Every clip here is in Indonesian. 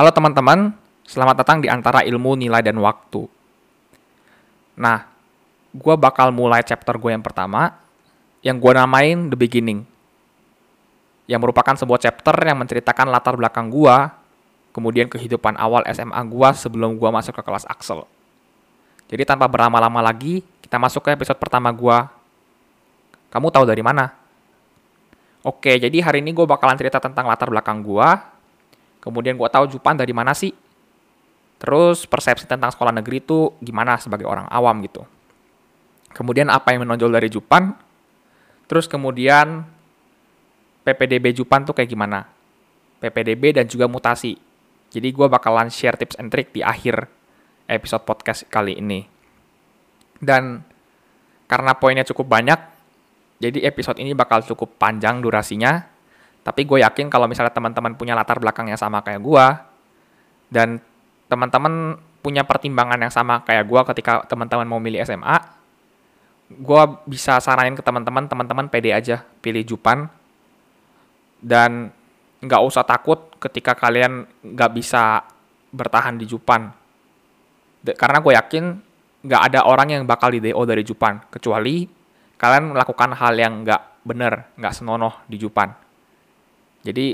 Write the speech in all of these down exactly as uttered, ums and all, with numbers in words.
Halo teman-teman, selamat datang di Antara Ilmu, Nilai, dan Waktu. Nah, gue bakal mulai chapter gue yang pertama, yang gue namain The Beginning. Yang merupakan sebuah chapter yang menceritakan latar belakang gue, kemudian kehidupan awal S M A gue sebelum gue masuk ke kelas Axel. Jadi tanpa berlama-lama lagi, kita masuk ke episode pertama gue. Kamu tahu dari mana? Oke, jadi hari ini gue bakalan cerita tentang latar belakang gue, kemudian gue tahu Jupan dari mana sih? Terus persepsi tentang sekolah negeri itu gimana sebagai orang awam gitu. Kemudian apa yang menonjol dari Jupan? Terus kemudian P P D B Jupan tuh kayak gimana? P P D B dan juga mutasi. Jadi gue bakalan share tips and trick di akhir episode podcast kali ini. Dan karena poinnya cukup banyak, jadi episode ini bakal cukup panjang durasinya. Tapi gue yakin kalau misalnya teman-teman punya latar belakang yang sama kayak gue, dan teman-teman punya pertimbangan yang sama kayak gue ketika teman-teman mau milih S M A, gue bisa saranin ke teman-teman, teman-teman pede aja pilih Jupan. Dan nggak usah takut ketika kalian nggak bisa bertahan di Jupan. De- karena gue yakin nggak ada orang yang bakal di D O dari Jupan, kecuali kalian melakukan hal yang nggak bener, nggak senonoh di Jupan. Jadi,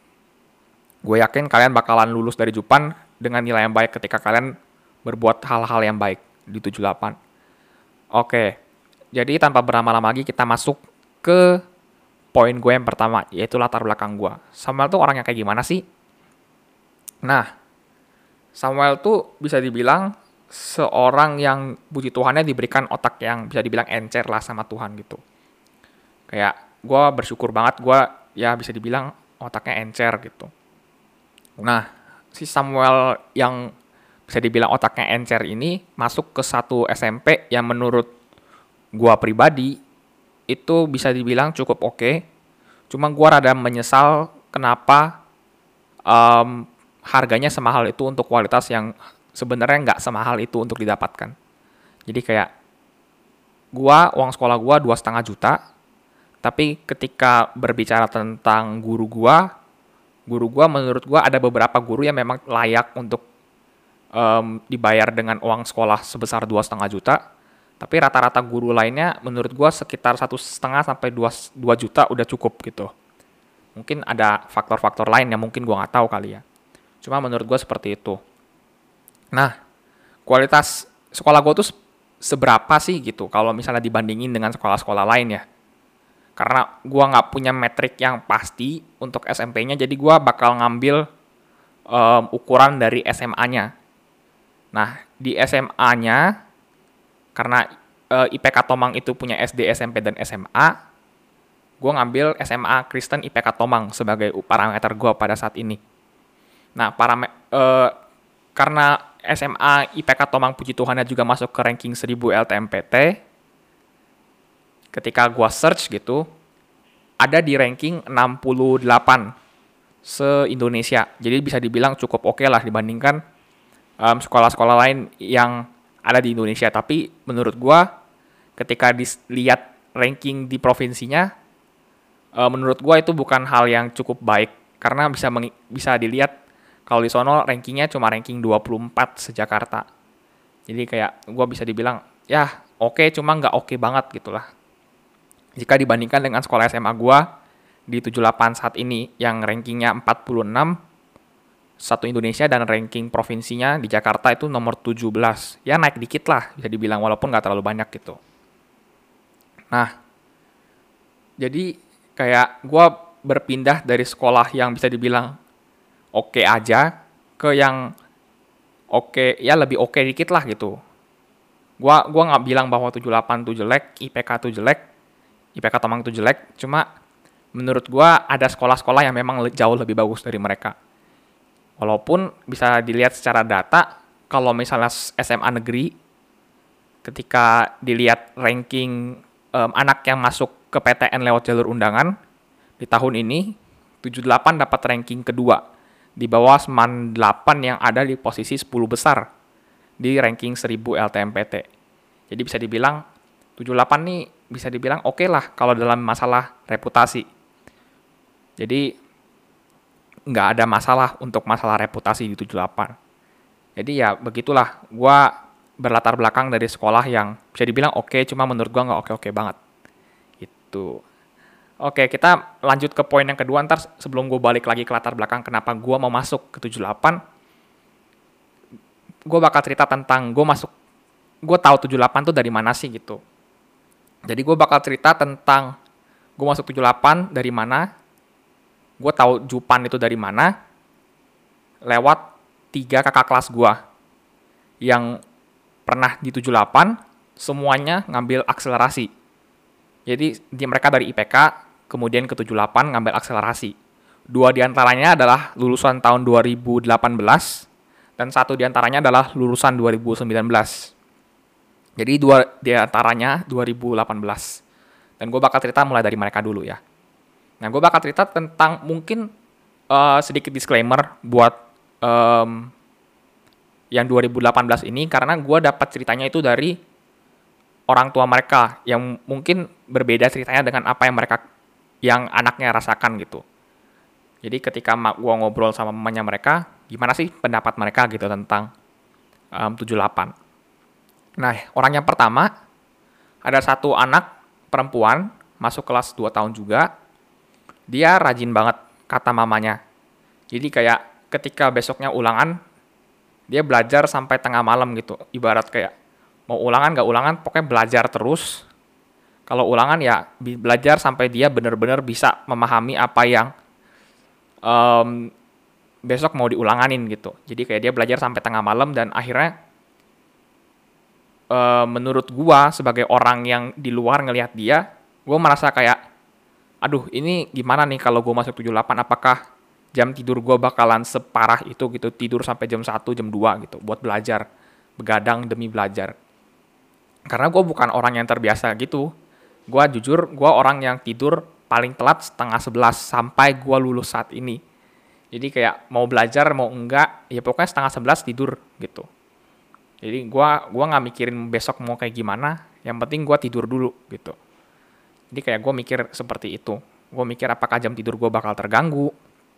gue yakin kalian bakalan lulus dari Jupan dengan nilai yang baik ketika kalian berbuat hal-hal yang baik di tujuh puluh delapan. Oke, jadi tanpa berlama-lama lagi kita masuk ke poin gue yang pertama, yaitu latar belakang gue. Samuel tuh orangnya kayak gimana sih? Nah, Samuel tuh bisa dibilang seorang yang puji Tuhannya diberikan otak yang bisa dibilang encer lah sama Tuhan gitu. Kayak gue bersyukur banget gue ya bisa dibilang otaknya encer gitu. Nah, si Samuel yang bisa dibilang otaknya encer ini masuk ke satu S M P yang menurut gue pribadi itu bisa dibilang cukup oke. Cuma gue rada menyesal kenapa um, harganya semahal itu untuk kualitas yang sebenarnya nggak semahal itu untuk didapatkan. Jadi kayak gue, uang sekolah gue dua setengah juta. Tapi ketika berbicara tentang guru gua, guru gua menurut gua ada beberapa guru yang memang layak untuk um, dibayar dengan uang sekolah sebesar dua setengah juta. Tapi rata-rata guru lainnya menurut gua sekitar satu setengah sampai dua juta udah cukup gitu. Mungkin ada faktor-faktor lain yang mungkin gua nggak tahu kali ya. Cuma menurut gua seperti itu. Nah, kualitas sekolah gua tuh seberapa sih gitu kalau misalnya dibandingin dengan sekolah-sekolah lain ya. Karena gue nggak punya metrik yang pasti untuk S M P-nya, jadi gue bakal ngambil um, ukuran dari S M A-nya. Nah, di S M A-nya, karena uh, I P K Tomang itu punya S D, S M P, dan S M A, gue ngambil S M A Kristen I P K Tomang sebagai parameter gue pada saat ini. Nah, parame- uh, karena S M A I P K Tomang puji Tuhannya juga masuk ke ranking seribu L T M P T, ketika gue search gitu, ada di ranking enam puluh delapan se-Indonesia. Jadi bisa dibilang cukup oke okay lah dibandingkan um, sekolah-sekolah lain yang ada di Indonesia. Tapi menurut gue, ketika dilihat ranking di provinsinya, uh, menurut gue itu bukan hal yang cukup baik. Karena bisa meng- bisa dilihat kalau di sono rankingnya cuma ranking dua puluh empat se-Jakarta. Jadi kayak gue bisa dibilang, ya oke okay, cuma nggak oke okay banget gitu lah. Jika dibandingkan dengan sekolah S M A gua di tujuh puluh delapan saat ini yang rankingnya empat puluh enam satu Indonesia dan ranking provinsinya di Jakarta itu nomor tujuh belas. Ya naik dikit lah bisa dibilang walaupun nggak terlalu banyak gitu. Nah, jadi kayak gua berpindah dari sekolah yang bisa dibilang oke aja ke yang oke ya lebih oke dikit lah gitu. Gua gua nggak bilang bahwa tujuh puluh delapan itu jelek, I P K itu jelek. I P K Tomang itu jelek, cuma menurut gue ada sekolah-sekolah yang memang jauh lebih bagus dari mereka. Walaupun bisa dilihat secara data, kalau misalnya S M A negeri, ketika dilihat ranking um, anak yang masuk ke P T N lewat jalur undangan, di tahun ini, tujuh puluh delapan dapat ranking kedua, di bawah Seman delapan yang ada di posisi sepuluh besar, di ranking seribu L T M P T. Jadi bisa dibilang, tujuh puluh delapan nih bisa dibilang oke okay lah kalau dalam masalah reputasi. Jadi nggak ada masalah untuk masalah reputasi di tujuh delapan. Jadi ya begitulah, gue berlatar belakang dari sekolah yang bisa dibilang oke, cuma menurut gue nggak oke-oke banget. Itu. Oke, kita lanjut ke poin yang kedua. Ntar sebelum gue balik lagi ke latar belakang kenapa gue mau masuk ke tujuh delapan, gue bakal cerita tentang gue masuk, gue tahu tujuh delapan tuh dari mana sih gitu. Jadi gue bakal cerita tentang gue masuk tujuh delapan dari mana, gue tahu Jupan itu dari mana, lewat tiga kakak kelas gue yang pernah di tujuh delapan, semuanya ngambil akselerasi. Jadi di mereka dari I P K, kemudian ke tujuh delapan ngambil akselerasi. Dua diantaranya adalah lulusan tahun dua ribu delapan belas, dan satu diantaranya adalah lulusan dua ribu sembilan belas. Jadi dua diantaranya dua ribu delapan belas. Dan gue bakal cerita mulai dari mereka dulu ya. Nah, gue bakal cerita tentang mungkin uh, sedikit disclaimer buat um, yang dua ribu delapan belas ini, karena gue dapat ceritanya itu dari orang tua mereka yang mungkin berbeda ceritanya dengan apa yang mereka yang anaknya rasakan gitu. Jadi ketika gue ngobrol sama mamanya mereka, gimana sih pendapat mereka gitu tentang um, tujuh delapan. Nah, orang yang pertama ada satu anak perempuan masuk kelas dua tahun juga. Dia rajin banget kata mamanya. Jadi kayak ketika besoknya ulangan, dia belajar sampai tengah malam gitu. Ibarat kayak mau ulangan gak ulangan, pokoknya belajar terus. Kalau ulangan ya belajar sampai dia benar-benar bisa memahami apa yang um, besok mau diulanganin gitu. Jadi kayak dia belajar sampai tengah malam, dan akhirnya uh, menurut gua sebagai orang yang di luar ngelihat dia, gua merasa kayak, aduh ini gimana nih kalau gua masuk tujuh delapan, apakah jam tidur gua bakalan separah itu gitu, tidur sampai jam satu, jam dua gitu buat belajar, begadang demi belajar. Karena gue bukan orang yang terbiasa gitu. Gue jujur, gue orang yang tidur paling telat setengah sebelas sampai gue lulus saat ini. Jadi kayak mau belajar, mau enggak, ya pokoknya setengah sebelas tidur gitu. Jadi gue gua nggak mikirin besok mau kayak gimana, yang penting gue tidur dulu gitu. Jadi kayak gue mikir seperti itu. Gue mikir apakah jam tidur gue bakal terganggu.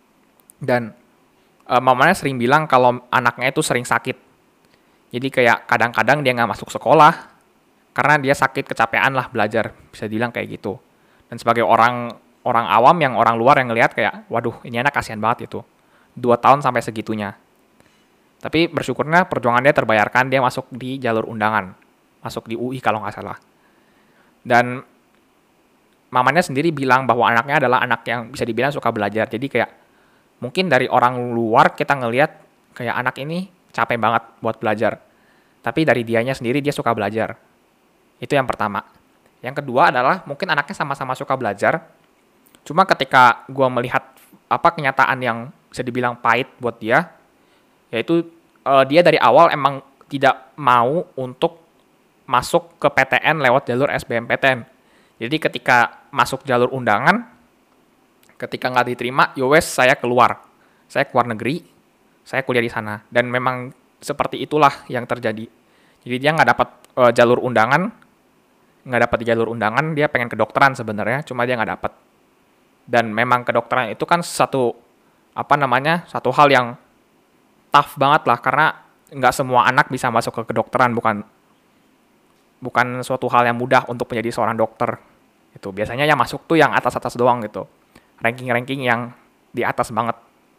Dan e, mamanya sering bilang kalau anaknya itu sering sakit. Jadi kayak kadang-kadang dia nggak masuk sekolah, karena dia sakit, kecapean lah belajar, bisa dibilang kayak gitu. Dan sebagai orang orang awam yang orang luar yang ngelihat kayak, waduh ini anak kasihan banget itu. Dua tahun sampai segitunya. Tapi bersyukurnya perjuangan dia terbayarkan, dia masuk di jalur undangan. Masuk di U I kalau nggak salah. Dan mamanya sendiri bilang bahwa anaknya adalah anak yang bisa dibilang suka belajar. Jadi kayak, mungkin dari orang luar kita ngelihat kayak anak ini capek banget buat belajar. Tapi dari dianya sendiri dia suka belajar. Itu yang pertama. Yang kedua adalah mungkin anaknya sama-sama suka belajar. Cuma ketika gue melihat apa kenyataan yang bisa dibilang pahit buat dia, yaitu uh, dia dari awal emang tidak mau untuk masuk ke P T N lewat jalur S B M P T N. Jadi ketika masuk jalur undangan, ketika nggak diterima, yowes saya keluar. Saya keluar negeri, saya kuliah di sana. Dan memang seperti itulah yang terjadi. Jadi dia nggak dapat uh, jalur undangan, nggak dapat di jalur undangan, dia pengen kedokteran sebenarnya, cuma dia nggak dapat. Dan memang kedokteran itu kan satu apa namanya satu hal yang tough banget lah, karena nggak semua anak bisa masuk ke kedokteran, bukan bukan suatu hal yang mudah untuk menjadi seorang dokter. Itu biasanya yang masuk tuh yang atas-atas doang gitu, ranking-ranking yang di atas banget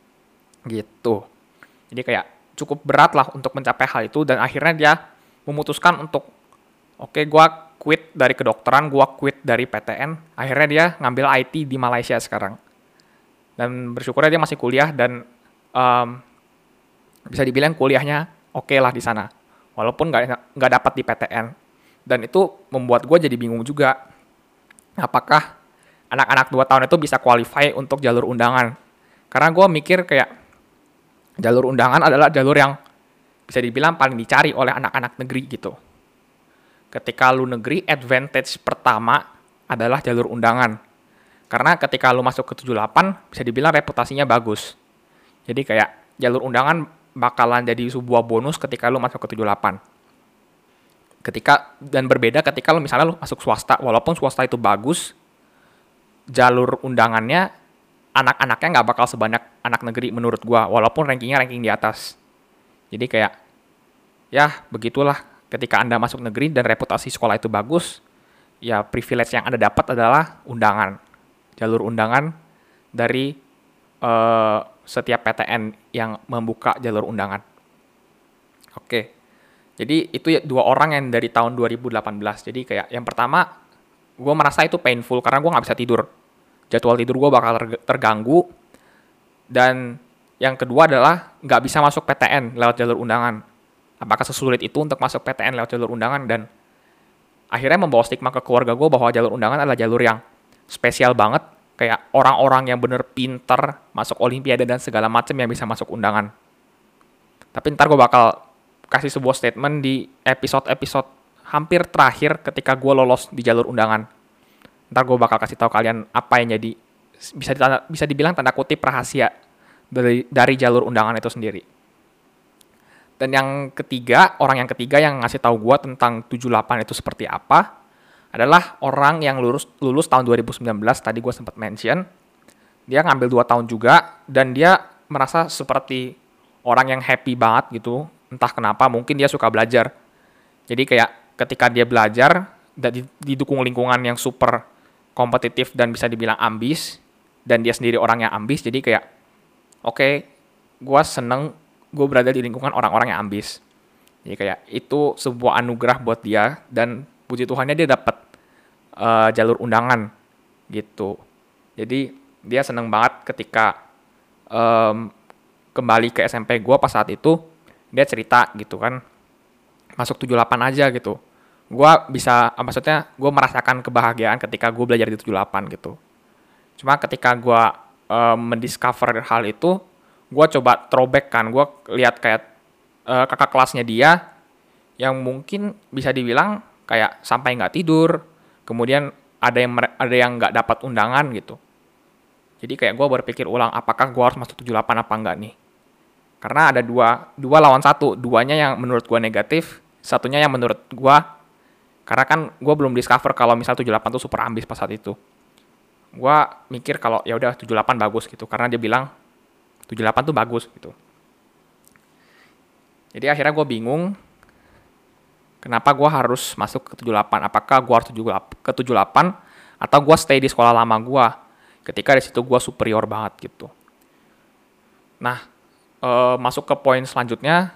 gitu. Jadi kayak cukup berat lah untuk mencapai hal itu, dan akhirnya dia memutuskan untuk oke, okay, gue quit dari kedokteran, gue quit dari P T N. Akhirnya dia ngambil I T di Malaysia sekarang. Dan bersyukurnya dia masih kuliah, dan um, bisa dibilang kuliahnya oke okay lah di sana. Walaupun nggak nggak dapat di P T N. Dan itu membuat gue jadi bingung juga. Apakah anak-anak dua tahun itu bisa qualify untuk jalur undangan? Karena gue mikir kayak jalur undangan adalah jalur yang bisa dibilang paling dicari oleh anak-anak negeri gitu. Ketika lu negeri, advantage pertama adalah jalur undangan. Karena ketika lu masuk ke tujuh delapan, bisa dibilang reputasinya bagus. Jadi kayak jalur undangan bakalan jadi sebuah bonus ketika lu masuk ke tujuh delapan. Ketika, dan berbeda ketika lu misalnya lu masuk swasta, walaupun swasta itu bagus, jalur undangannya anak-anaknya nggak bakal sebanyak anak negeri menurut gue, walaupun rankingnya ranking di atas. Jadi kayak, ya begitulah, ketika Anda masuk negeri dan reputasi sekolah itu bagus, ya privilege yang Anda dapat adalah undangan. Jalur undangan dari uh, setiap P T N yang membuka jalur undangan. Oke, jadi itu ya dua orang yang dari tahun dua ribu delapan belas. Jadi kayak yang pertama, gue merasa itu painful karena gue nggak bisa tidur. Jadwal tidur gue bakal terganggu. Dan yang kedua adalah nggak bisa masuk P T N lewat jalur undangan. Apakah sesulit itu untuk masuk P T N lewat jalur undangan? Dan akhirnya membawa stigma ke keluarga gue bahwa jalur undangan adalah jalur yang spesial banget. Kayak orang-orang yang bener pinter, masuk olimpiade dan segala macam yang bisa masuk undangan. Tapi ntar gue bakal kasih sebuah statement di episode-episode hampir terakhir ketika gue lolos di jalur undangan. Ntar gue bakal kasih tahu kalian apa yang jadi, bisa, ditanda, bisa dibilang tanda kutip rahasia dari, dari jalur undangan itu sendiri. Dan yang ketiga, orang yang ketiga yang ngasih tahu gue tentang tujuh delapan itu seperti apa, adalah orang yang lulus, lulus tahun dua ribu sembilan belas, tadi gue sempat mention. Dia ngambil dua tahun juga, dan dia merasa seperti orang yang happy banget gitu. Entah kenapa, mungkin dia suka belajar. Jadi kayak ketika dia belajar, dan didukung lingkungan yang super kompetitif dan bisa dibilang ambis, dan dia sendiri orang yang ambis, jadi kayak, oke, okay, gue seneng gue berada di lingkungan orang-orang yang ambis. Jadi kayak, itu sebuah anugerah buat dia, dan puji Tuhannya dia dapat uh, jalur undangan gitu. Jadi dia seneng banget ketika um, kembali ke S M P gue pas saat itu, dia cerita gitu kan, masuk tujuh delapan aja gitu. Gue bisa, maksudnya gue merasakan kebahagiaan ketika gue belajar di tujuh delapan gitu. Cuma ketika gue um, mendiscover hal itu, gue coba throwback kan, gue lihat kayak uh, kakak kelasnya dia, yang mungkin bisa dibilang kayak sampai nggak tidur, kemudian ada yang ada yang nggak dapat undangan gitu. Jadi kayak gue berpikir ulang, apakah gue harus masuk tujuh delapan apa enggak nih? Karena ada dua, dua lawan satu, duanya yang menurut gue negatif, satunya yang menurut gue, karena kan gue belum discover kalau misal tujuh delapan tuh super ambis pas saat itu. Gue mikir kalau ya udah tujuh delapan bagus gitu, karena dia bilang tujuh delapan tuh bagus gitu. Jadi akhirnya gue bingung, kenapa gue harus masuk ke tujuh delapan? Apakah gue harus ke tujuh delapan atau gue stay di sekolah lama gue? Ketika di situ gue superior banget gitu. Nah, e, masuk ke poin selanjutnya,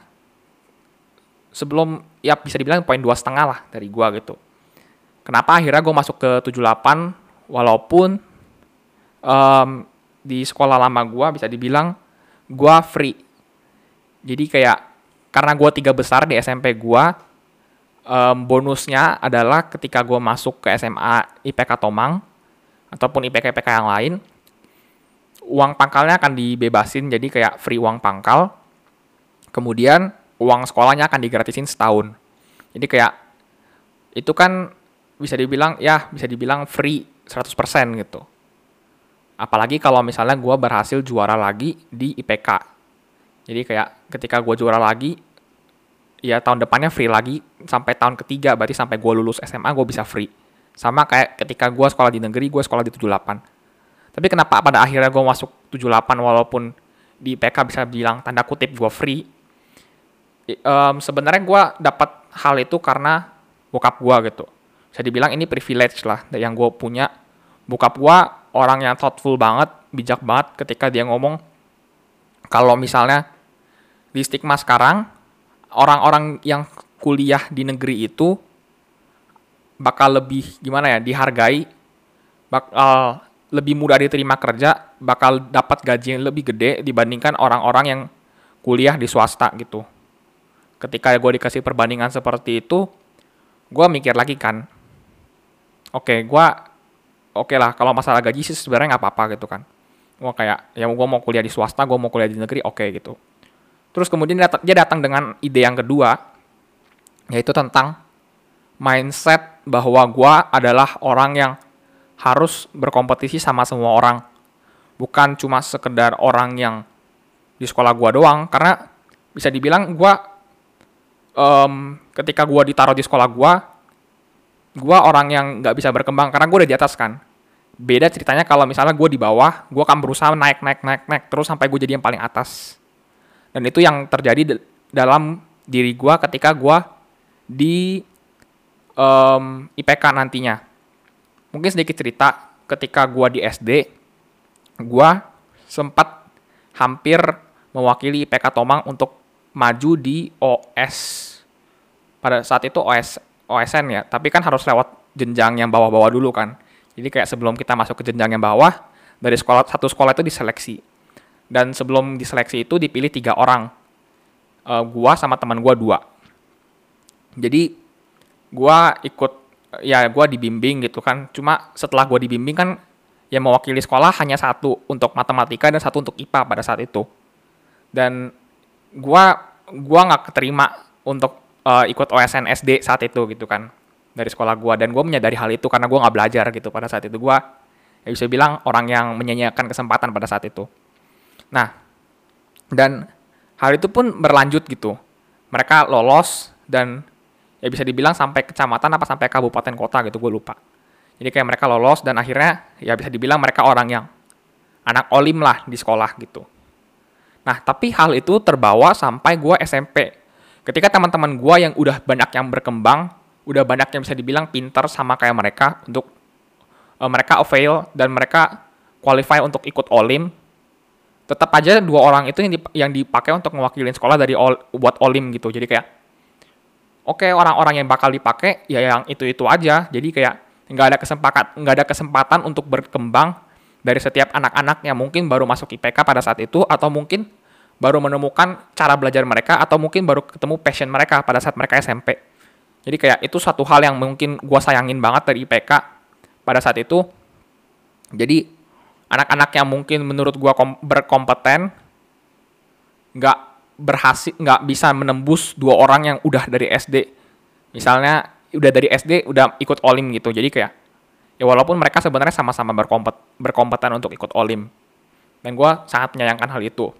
sebelum ya bisa dibilang poin dua setengah lah dari gue gitu. Kenapa akhirnya gue masuk ke tujuh delapan walaupun um, di sekolah lama gue bisa dibilang gue free. Jadi kayak karena gue tiga besar di S M P gue, um, bonusnya adalah ketika gue masuk ke S M A I P K Tomang ataupun I P K-I P K yang lain, uang pangkalnya akan dibebasin, jadi kayak free uang pangkal. Kemudian uang sekolahnya akan digratisin setahun. Jadi kayak itu kan bisa dibilang ya bisa dibilang free seratus persen gitu. Apalagi kalau misalnya gue berhasil juara lagi di I P K. Jadi kayak ketika gue juara lagi, ya tahun depannya free lagi sampai tahun ketiga, berarti sampai gue lulus S M A gue bisa free. Sama kayak ketika gue sekolah di negeri, gue sekolah di tujuh delapan. Tapi kenapa pada akhirnya gue masuk tujuh delapan walaupun di I P K bisa bilang tanda kutip gue free? Um, sebenarnya gue dapat hal itu karena bokap gue gitu. Bisa dibilang ini privilege lah yang gue punya. Bokap gue orang yang thoughtful banget, bijak banget ketika dia ngomong kalau misalnya di stigma sekarang orang-orang yang kuliah di negeri itu bakal lebih gimana ya dihargai, bakal lebih mudah diterima kerja, bakal dapat gaji yang lebih gede dibandingkan orang-orang yang kuliah di swasta gitu. Ketika gue dikasih perbandingan seperti itu, gue mikir lagi kan, oke, okay, gue oke okay lah kalau masalah gaji sih sebenarnya nggak apa-apa gitu kan. Gue kayak, ya gue mau kuliah di swasta, gue mau kuliah di negeri, oke okay, gitu. Terus kemudian dia datang, dia datang dengan ide yang kedua, yaitu tentang mindset bahwa gue adalah orang yang harus berkompetisi sama semua orang. Bukan cuma sekedar orang yang di sekolah gue doang, karena bisa dibilang gue Um, ketika gue ditaruh di sekolah gue, gue orang yang nggak bisa berkembang karena gue udah di atas kan. Beda ceritanya kalau misalnya gue di bawah, gue akan berusaha naik, naik, naik, naik, terus sampai gue jadi yang paling atas. Dan itu yang terjadi d- dalam diri gue ketika gue di em, I P K nantinya. Mungkin sedikit cerita, ketika gue di S D, gue sempat hampir mewakili I P K Tomang untuk maju di O S. Pada saat itu O S, O S N ya, tapi kan harus lewat jenjang yang bawah-bawah dulu kan. Jadi kayak sebelum kita masuk ke jenjang yang bawah, dari sekolah satu sekolah itu diseleksi. Dan sebelum diseleksi itu dipilih tiga orang. Eh, gua sama teman gua dua. Jadi gua ikut, ya gua dibimbing gitu kan. Cuma setelah gua dibimbing kan yang mewakili sekolah hanya satu untuk matematika dan satu untuk I P A pada saat itu. Dan gua gua nggak keterima untuk eh, ikut O S N S D saat itu gitu kan dari sekolah gua, dan gua menyadari hal itu karena gua nggak belajar gitu pada saat itu. Gua ya bisa bilang orang yang menyanyiakan kesempatan pada saat itu. Nah, dan hal itu pun berlanjut gitu. Mereka lolos dan ya bisa dibilang sampai kecamatan apa sampai kabupaten kota gitu, gue lupa. Jadi kayak mereka lolos dan akhirnya ya bisa dibilang mereka orang yang anak olim lah di sekolah gitu. Nah, tapi hal itu terbawa sampai gue S M P. Ketika teman-teman gue yang udah banyak yang berkembang, udah banyak yang bisa dibilang pintar sama kayak mereka untuk uh, mereka avail dan mereka qualify untuk ikut olim, tetap aja dua orang itu yang, dip- yang dipakai untuk mewakilin sekolah dari ol, buat olim gitu. Jadi kayak oke, okay, orang-orang yang bakal dipakai ya yang itu-itu aja. Jadi kayak nggak ada kesempatan nggak ada kesempatan untuk berkembang dari setiap anak-anak yang mungkin baru masuk I P K pada saat itu, atau mungkin baru menemukan cara belajar mereka, atau mungkin baru ketemu passion mereka pada saat mereka S M P. Jadi kayak itu satu hal yang mungkin gue sayangin banget dari I P K pada saat itu. Jadi anak-anak yang mungkin menurut gue kom- berkompeten nggak berhasil, nggak bisa menembus dua orang yang udah dari S D. Misalnya udah dari S D udah ikut olim gitu. Jadi kayak ya walaupun mereka sebenarnya sama-sama berkompet, berkompeten untuk ikut olim. Dan gue sangat menyayangkan hal itu.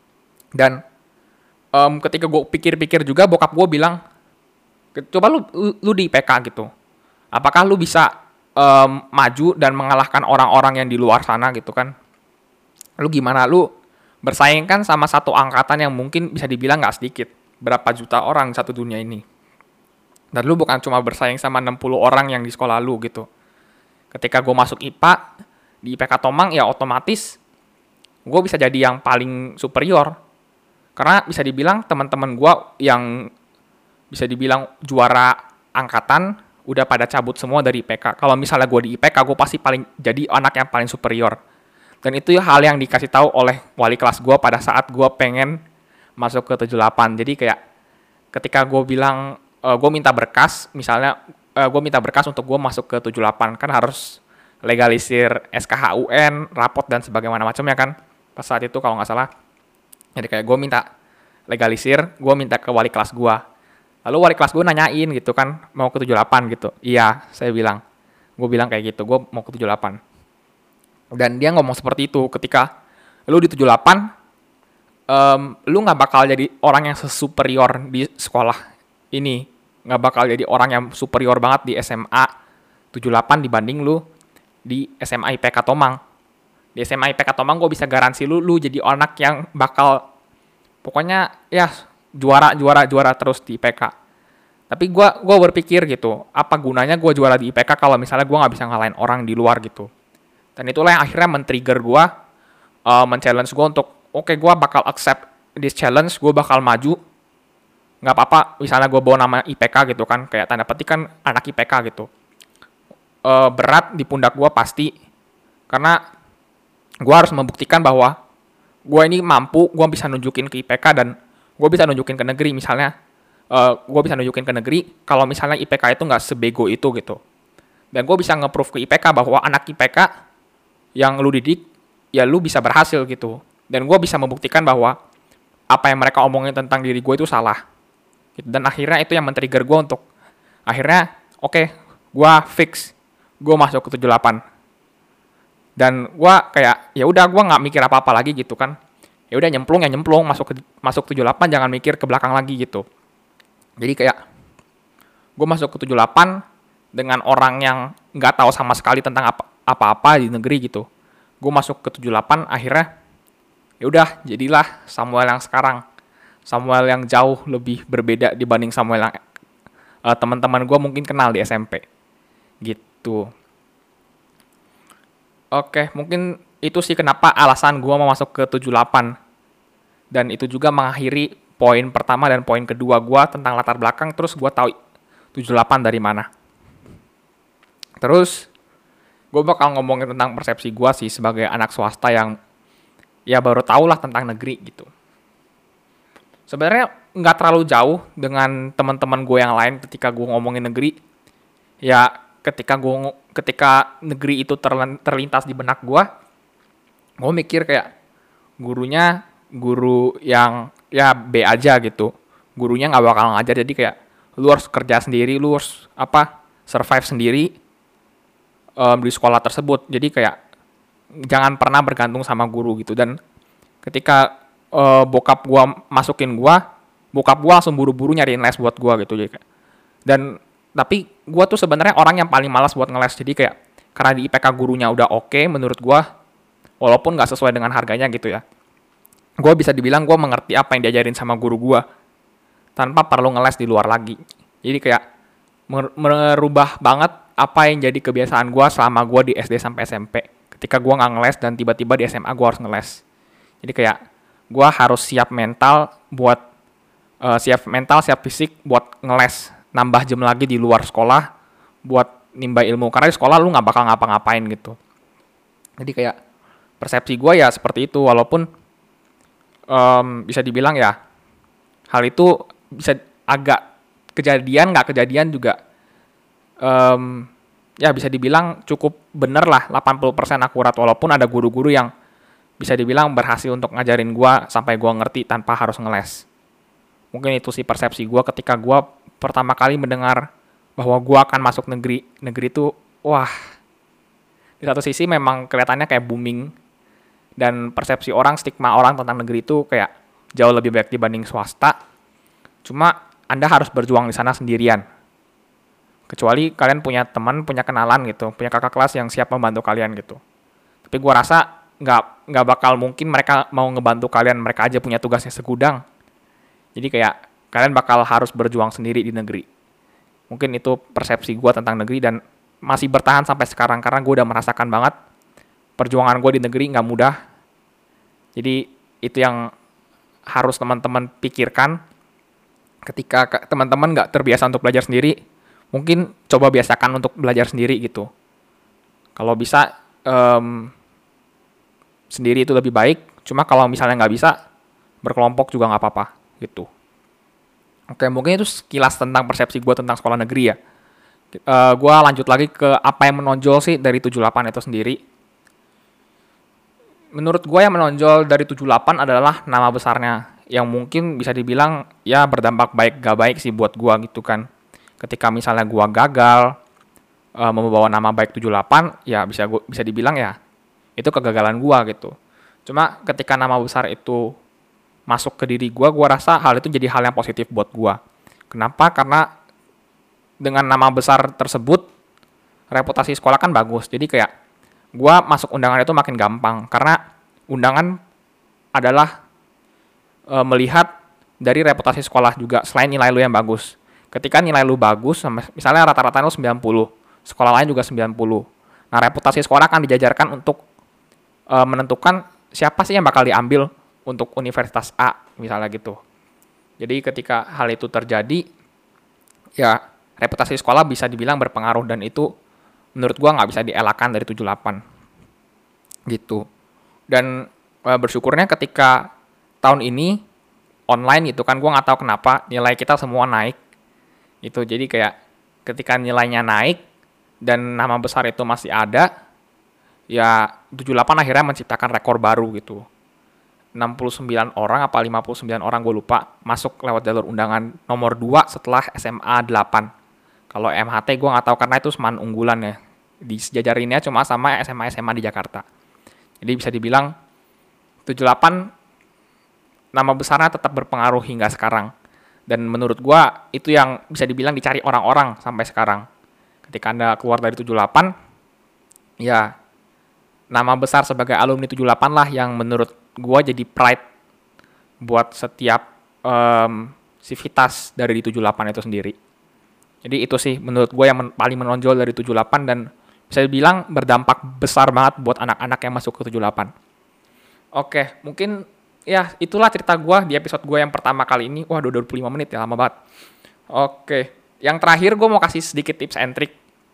Dan um, ketika gue pikir-pikir juga, bokap gue bilang, coba lu, lu, lu di I P K gitu. Apakah lu bisa um, maju dan mengalahkan orang-orang yang di luar sana gitu kan? Lu gimana? Lu bersaing kan sama satu angkatan yang mungkin bisa dibilang gak sedikit. Berapa juta orang satu dunia ini. Dan lu bukan cuma bersaing sama enam puluh orang yang di sekolah lu gitu. Ketika gue masuk I P A, di I P K Tomang ya otomatis gue bisa jadi yang paling superior. Karena bisa dibilang teman-teman gue yang bisa dibilang juara angkatan udah pada cabut semua dari I P K. Kalau misalnya gue di I P K, gue pasti paling jadi anak yang paling superior. Dan itu hal yang dikasih tahu oleh wali kelas gue pada saat gue pengen masuk ke tujuh puluh delapan. Jadi kayak ketika gue bilang, uh, gue minta berkas, misalnya uh, gue minta berkas untuk gue masuk ke tujuh puluh delapan, kan harus legalisir S K H U N, rapot dan sebagaimana macamnya kan, pas saat itu kalau nggak salah. Jadi kayak gue minta legalisir, gue minta ke wali kelas gue. Lalu wali kelas gue nanyain gitu kan, mau ke tujuh puluh delapan gitu. Iya, saya bilang. Gue bilang kayak gitu, gue mau ke tujuh puluh delapan. Dan dia ngomong seperti itu, ketika lu di tujuh puluh delapan, um, lu gak bakal jadi orang yang superior di sekolah ini. Gak bakal jadi orang yang superior banget di S M A tujuh puluh delapan dibanding lu di S M A I P K Tomang. Di S M A I P K Tomang gue bisa garansi lu, lu jadi anak yang bakal, pokoknya ya juara, juara, juara terus di I P K. Tapi gue gua berpikir gitu, apa gunanya gue juara di I P K kalau misalnya gue gak bisa ngalahin orang di luar gitu. Dan itulah yang akhirnya men-trigger gue, uh, men-challenge gue untuk, oke okay, gue bakal accept this challenge, gue bakal maju. Gak apa-apa, misalnya gue bawa nama I P K gitu kan, kayak tanda petik kan anak I P K gitu. Uh, berat di pundak gue pasti, karena gue harus membuktikan bahwa gue ini mampu, gue bisa nunjukin ke I P K dan gue bisa nunjukin ke negeri. Misalnya, uh, gue bisa nunjukin ke negeri kalau misalnya I P K itu nggak sebego itu gitu. Dan gue bisa nge-proof ke I P K bahwa anak I P K yang lu didik, ya lu bisa berhasil gitu. Dan gue bisa membuktikan bahwa apa yang mereka omongin tentang diri gue itu salah. Dan akhirnya itu yang men-trigger gue untuk, akhirnya, oke, okay, gue fix, gue masuk ke tujuh puluh delapan. Dan gue kayak ya udah gue nggak mikir apa-apa lagi gitu kan. Ya udah nyemplung ya nyemplung, masuk ke masuk tujuh puluh delapan, jangan mikir ke belakang lagi gitu. Jadi kayak gue masuk ke tujuh puluh delapan dengan orang yang nggak tahu sama sekali tentang apa apa-apa di negeri gitu. Gue masuk ke tujuh delapan, akhirnya ya udah jadilah Samuel yang sekarang. Samuel yang jauh lebih berbeda dibanding Samuel yang uh, teman-teman gue mungkin kenal di S M P. Gitu. Oke, mungkin itu sih kenapa alasan gue mau masuk ke tujuh delapan. Dan itu juga mengakhiri poin pertama dan poin kedua gue tentang latar belakang, terus gue tahu tujuh delapan dari mana. Terus, gue bakal ngomongin tentang persepsi gue sih sebagai anak swasta yang ya baru tau lah tentang negeri gitu. Sebenarnya nggak terlalu jauh dengan teman-teman gue yang lain ketika gue ngomongin negeri. Ya ketika gue ketika negeri itu terlintas di benak gue, gue mikir kayak gurunya guru yang ya B aja gitu. Gurunya nggak bakal ngajar, jadi kayak lu harus kerja sendiri, lu harus apa survive sendiri um, di sekolah tersebut. Jadi kayak jangan pernah bergantung sama guru gitu. Dan ketika uh, bokap gua masukin gua, bokap gua langsung buru-buru nyariin les buat gua gitu. Jadi kayak, dan tapi gua tuh sebenarnya orang yang paling malas buat ngeles. Jadi kayak karena di I P K gurunya udah oke okay, menurut gua, walaupun nggak sesuai dengan harganya gitu ya, gua bisa dibilang gua mengerti apa yang diajarin sama guru gua tanpa perlu ngeles di luar lagi. Jadi kayak merubah banget apa yang jadi kebiasaan gua selama gua di S D sampai S M P. Ketika gue nggak ngeles dan tiba-tiba di S M A gue harus ngeles. Jadi kayak gue harus siap mental buat uh, siap mental, siap fisik buat ngeles, nambah jam lagi di luar sekolah buat nimba ilmu. Karena di sekolah lu nggak bakal ngapa-ngapain gitu. Jadi kayak persepsi gue ya seperti itu, walaupun um, bisa dibilang ya hal itu bisa agak kejadian nggak kejadian juga. Um, Ya bisa dibilang cukup bener lah, delapan puluh persen akurat, walaupun ada guru-guru yang bisa dibilang berhasil untuk ngajarin gue sampai gue ngerti tanpa harus ngeles. Mungkin itu sih persepsi gue ketika gue pertama kali mendengar bahwa gue akan masuk negeri. Negeri itu, wah, di satu sisi memang kelihatannya kayak booming, dan persepsi orang, stigma orang tentang negeri itu kayak jauh lebih baik dibanding swasta. Cuma Anda harus berjuang di sana sendirian. Kecuali kalian punya teman, punya kenalan gitu, punya kakak kelas yang siap membantu kalian gitu. Tapi gue rasa nggak nggak bakal mungkin mereka mau ngebantu kalian, mereka aja punya tugasnya segudang. Jadi kayak kalian bakal harus berjuang sendiri di negeri. Mungkin itu persepsi gue tentang negeri dan masih bertahan sampai sekarang karena gue udah merasakan banget perjuangan gue di negeri nggak mudah. Jadi itu yang harus teman-teman pikirkan ketika teman-teman nggak terbiasa untuk belajar sendiri. Mungkin coba biasakan untuk belajar sendiri gitu. Kalau bisa um, sendiri itu lebih baik. Cuma kalau misalnya nggak bisa, berkelompok juga nggak apa-apa gitu. Oke, mungkin itu sekilas tentang persepsi gue tentang sekolah negeri ya. Uh, gue lanjut lagi ke apa yang menonjol sih dari tujuh delapan itu sendiri. Menurut gue yang menonjol dari tujuh delapan adalah nama besarnya. Yang mungkin bisa dibilang ya berdampak baik gak baik sih buat gue gitu kan. Ketika misalnya gua gagal uh, membawa nama baik tujuh delapan, ya bisa gua, bisa dibilang ya itu kegagalan gua gitu. Cuma ketika nama besar itu masuk ke diri gua, gua rasa hal itu jadi hal yang positif buat gua. Kenapa? Karena dengan nama besar tersebut reputasi sekolah kan bagus. Jadi kayak gua masuk undangan itu makin gampang karena undangan adalah uh, melihat dari reputasi sekolah juga selain nilai lu yang bagus. Ketika nilai lu bagus, misalnya rata-rata lu sembilan puluh, sekolah lain juga sembilan puluh. Nah, reputasi sekolah akan dijajarkan untuk e, menentukan siapa sih yang bakal diambil untuk universitas A, misalnya gitu. Jadi ketika hal itu terjadi, ya reputasi sekolah bisa dibilang berpengaruh, dan itu menurut gua nggak bisa dielakkan dari tujuh delapan. Gitu. Dan e, bersyukurnya ketika tahun ini online gitu kan, gua nggak tahu kenapa nilai kita semua naik. Itu jadi kayak ketika nilainya naik dan nama besar itu masih ada, ya tujuh delapan akhirnya menciptakan rekor baru gitu. enam puluh sembilan orang apa lima puluh sembilan orang gue lupa masuk lewat jalur undangan nomor dua setelah S M A delapan. Kalau M H T gue nggak tahu karena itu seman unggulan ya. Disejajarinnya cuma sama S M A S M A di Jakarta. Jadi bisa dibilang tujuh delapan nama besarnya tetap berpengaruh hingga sekarang. Dan menurut gue itu yang bisa dibilang dicari orang-orang sampai sekarang. Ketika Anda keluar dari tujuh delapan, Ya, nama besar sebagai alumni tujuh puluh delapan lah yang menurut gua jadi pride buat setiap em, sivitas dari di tujuh puluh delapan itu sendiri. Jadi itu sih menurut gue yang men- paling menonjol dari tujuh puluh delapan dan bisa dibilang berdampak besar banget buat anak-anak yang masuk ke tujuh puluh delapan. Oke, mungkin ya itulah cerita gue di episode gue yang pertama kali ini. Wah, udah dua puluh lima menit ya, lama banget. Oke, yang terakhir gue mau kasih sedikit tips and trick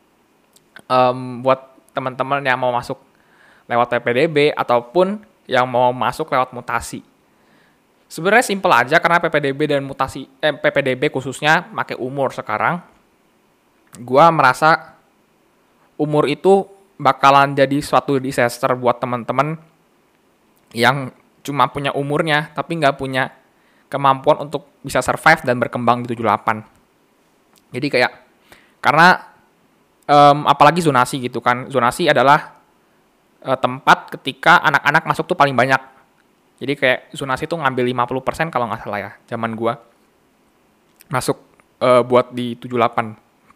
em, buat teman-teman yang mau masuk lewat P P D B ataupun yang mau masuk lewat mutasi. Sebenarnya simple aja karena P P D B dan mutasi eh, P P D B khususnya pakai umur sekarang. Gua merasa umur itu bakalan jadi suatu disaster buat teman-teman yang cuma punya umurnya tapi nggak punya kemampuan untuk bisa survive dan berkembang di tujuh puluh delapan. Jadi kayak karena em, apalagi zonasi gitu kan. Zonasi adalah eh, tempat ketika anak-anak masuk tuh paling banyak. Jadi kayak zonasi tuh ngambil lima puluh persen kalau nggak salah ya, zaman gua masuk eh, buat di tujuh puluh delapan.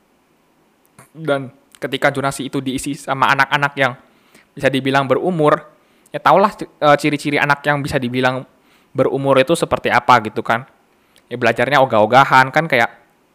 Dan ketika zonasi itu diisi sama anak-anak yang bisa dibilang berumur, ya tahulah eh, ciri-ciri anak yang bisa dibilang berumur itu seperti apa gitu kan. Ya belajarnya ogah-ogahan kan kayak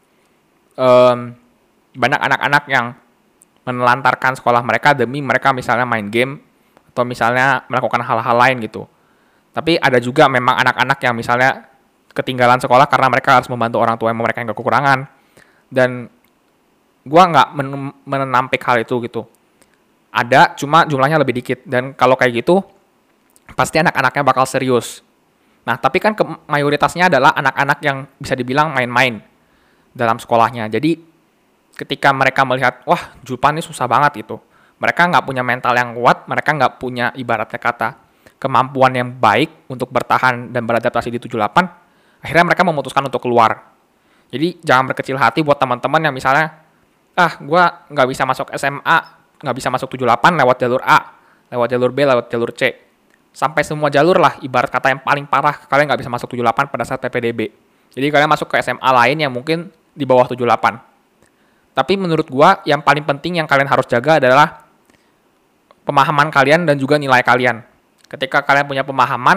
em, banyak anak-anak yang menelantarkan sekolah mereka demi mereka misalnya main game atau misalnya melakukan hal-hal lain gitu. Tapi ada juga memang anak-anak yang misalnya ketinggalan sekolah karena mereka harus membantu orang tua yang mereka yang kekurangan. Dan gua nggak men- menampik hal itu gitu. Ada, cuma jumlahnya lebih dikit. Dan kalau kayak gitu, pasti anak-anaknya bakal serius. Nah, tapi kan ke- mayoritasnya adalah anak-anak yang bisa dibilang main-main dalam sekolahnya. Jadi, ketika mereka melihat, wah, Julpan ini susah banget gitu. Mereka nggak punya mental yang kuat, mereka nggak punya ibaratnya kata kemampuan yang baik untuk bertahan dan beradaptasi di tujuh puluh delapan, akhirnya mereka memutuskan untuk keluar. Jadi jangan berkecil hati buat teman-teman yang misalnya, ah gue nggak bisa masuk S M A, nggak bisa masuk tujuh puluh delapan lewat jalur A, lewat jalur B, lewat jalur C. Sampai semua jalur lah, ibarat kata yang paling parah, kalian nggak bisa masuk tujuh puluh delapan pada saat P P D B. Jadi kalian masuk ke S M A lain yang mungkin di bawah tujuh puluh delapan. Tapi menurut gue, yang paling penting yang kalian harus jaga adalah pemahaman kalian dan juga nilai kalian. Ketika kalian punya pemahaman,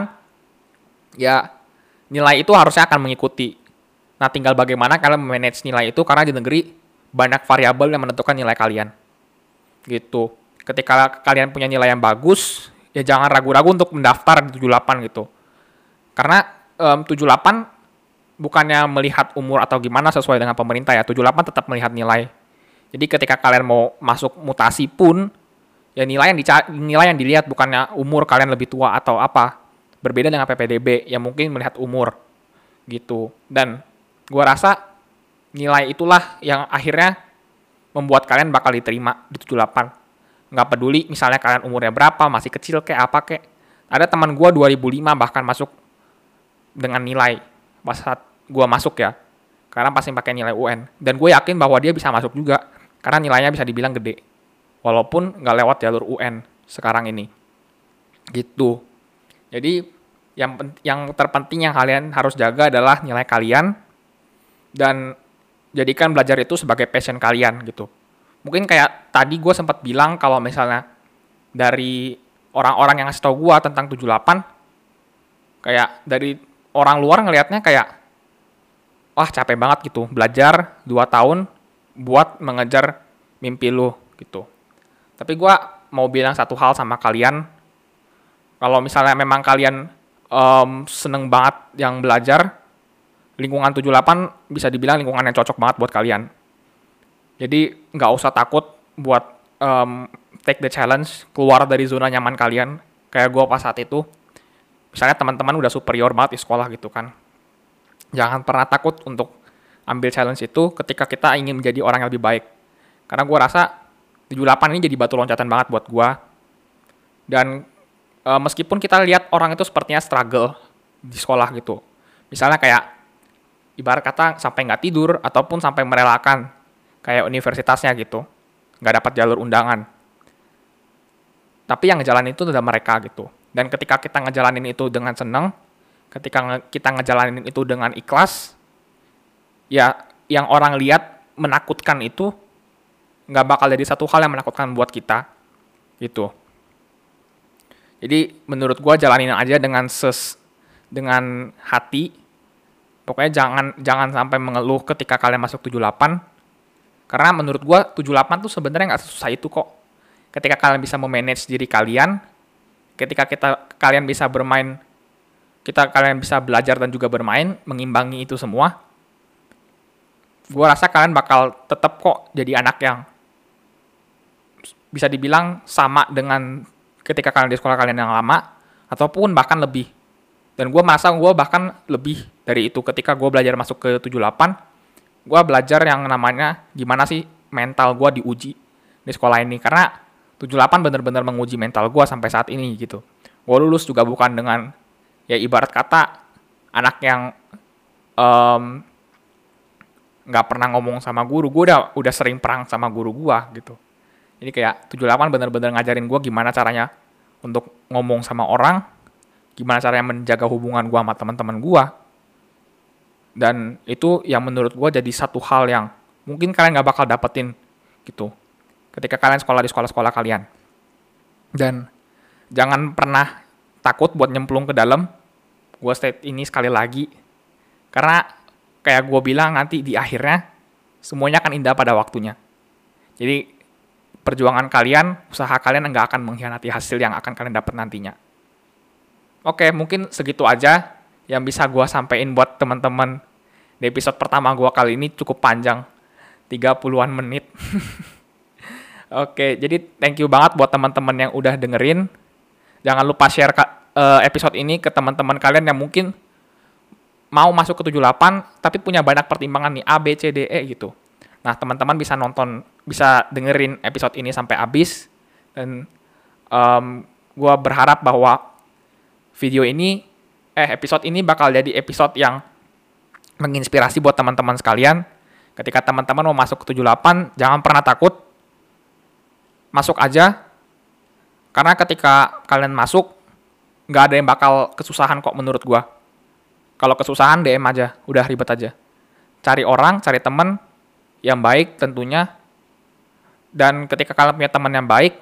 ya nilai itu harusnya akan mengikuti. Nah, tinggal bagaimana kalian manage nilai itu karena di negeri banyak variabel yang menentukan nilai kalian. Gitu. Ketika kalian punya nilai yang bagus, ya jangan ragu-ragu untuk mendaftar di tujuh puluh delapan gitu. Karena um, tujuh puluh delapan bukannya melihat umur atau gimana sesuai dengan pemerintah ya. tujuh puluh delapan tetap melihat nilai. Jadi ketika kalian mau masuk mutasi pun, ya nilai yang dica- nilai yang dilihat bukannya umur kalian lebih tua atau apa. Berbeda dengan P P D B yang mungkin melihat umur gitu. Dan gua rasa nilai itulah yang akhirnya membuat kalian bakal diterima di tujuh puluh delapan. Nggak peduli misalnya kalian umurnya berapa, masih kecil kayak apa kayak. Ada teman gua dua ribu lima bahkan masuk dengan nilai pas saat gua masuk ya. Karena pasti pakai nilai U N. Dan gue yakin bahwa dia bisa masuk juga karena nilainya bisa dibilang gede. Walaupun nggak lewat jalur U N sekarang ini. Gitu. Jadi yang yang terpenting yang kalian harus jaga adalah nilai kalian dan jadikan belajar itu sebagai passion kalian gitu. Mungkin kayak tadi gue sempat bilang kalau misalnya dari orang-orang yang ngasih tau gue tentang tujuh puluh delapan, kayak dari orang luar ngelihatnya kayak wah capek banget gitu belajar dua tahun buat mengejar mimpi lu gitu. Tapi gue mau bilang satu hal sama kalian, kalau misalnya memang kalian um, seneng banget yang belajar, lingkungan tujuh puluh delapan bisa dibilang lingkungan yang cocok banget buat kalian. Jadi nggak usah takut buat um, take the challenge, keluar dari zona nyaman kalian. Kayak gue pas saat itu, misalnya teman-teman udah superior banget di sekolah gitu kan. Jangan pernah takut untuk ambil challenge itu ketika kita ingin menjadi orang yang lebih baik. Karena gue rasa tujuh puluh delapan ini jadi batu loncatan banget buat gue. Dan e, meskipun kita lihat orang itu sepertinya struggle di sekolah gitu. Misalnya kayak ibarat kata sampai nggak tidur ataupun sampai merelakan kayak universitasnya gitu. Nggak dapat jalur undangan. Tapi yang ngejalanin itu adalah mereka gitu. Dan ketika kita ngejalanin itu dengan senang, ketika nge- kita ngejalanin itu dengan ikhlas, ya yang orang lihat menakutkan itu nggak bakal jadi satu hal yang menakutkan buat kita. gitu. Jadi menurut gua jalanin aja dengan ses dengan hati. Pokoknya jangan jangan sampai mengeluh ketika kalian masuk tujuh delapan. Karena menurut gua tujuh delapan tuh sebenarnya nggak sesusah itu kok. Ketika kalian bisa memanage diri kalian, ketika kita kalian bisa bermain, kita kalian bisa belajar dan juga bermain, mengimbangi itu semua, gua rasa kalian bakal tetap kok jadi anak yang bisa dibilang sama dengan ketika kalian di sekolah kalian yang lama, ataupun bahkan lebih. Dan gue merasa gue bahkan lebih dari itu ketika gue belajar masuk ke tujuh delapan, gue belajar yang namanya gimana sih mental gue diuji di sekolah ini. Karena tujuh delapan benar-benar menguji mental gue sampai saat ini gitu. Gue lulus juga bukan dengan, ya ibarat kata, anak yang um, gak pernah ngomong sama guru. Gue udah, udah sering perang sama guru gue gitu. Jadi kayak tujuh delapan benar-benar ngajarin gue gimana caranya untuk ngomong sama orang, gimana caranya menjaga hubungan gue sama teman-teman gue. Dan itu yang menurut gue jadi satu hal yang mungkin kalian gak bakal dapetin gitu ketika kalian sekolah di sekolah-sekolah kalian. Dan jangan pernah takut buat nyemplung ke dalam. Gue state ini sekali lagi, karena kayak gue bilang nanti di akhirnya semuanya akan indah pada waktunya. Jadi perjuangan kalian, usaha kalian nggak akan mengkhianati hasil yang akan kalian dapat nantinya. Oke, mungkin segitu aja yang bisa gue sampein buat teman-teman di episode pertama gue kali ini. Cukup panjang, tiga puluhan menit. Oke, jadi thank you banget buat teman-teman yang udah dengerin. Jangan lupa share episode ini ke teman-teman kalian yang mungkin mau masuk ke tujuh delapan, tapi punya banyak pertimbangan nih, A, B, C, D, E gitu. Nah, teman-teman bisa nonton, bisa dengerin episode ini sampai habis. Dan um, gue berharap bahwa video ini, eh episode ini bakal jadi episode yang menginspirasi buat teman-teman sekalian. Ketika teman-teman mau masuk ke tujuh delapan, jangan pernah takut. Masuk aja. Karena ketika kalian masuk, nggak ada yang bakal kesusahan kok menurut gue. Kalau kesusahan, D M aja. Udah ribet aja. Cari orang, cari teman yang baik tentunya. Dan ketika kalian punya teman yang baik,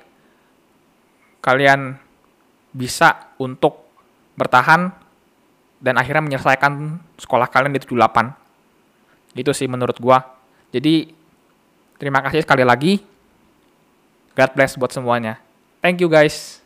kalian bisa untuk bertahan dan akhirnya menyelesaikan sekolah kalian di tujuh delapan. Itu sih menurut gua. Jadi terima kasih sekali lagi. God bless buat semuanya. Thank you guys.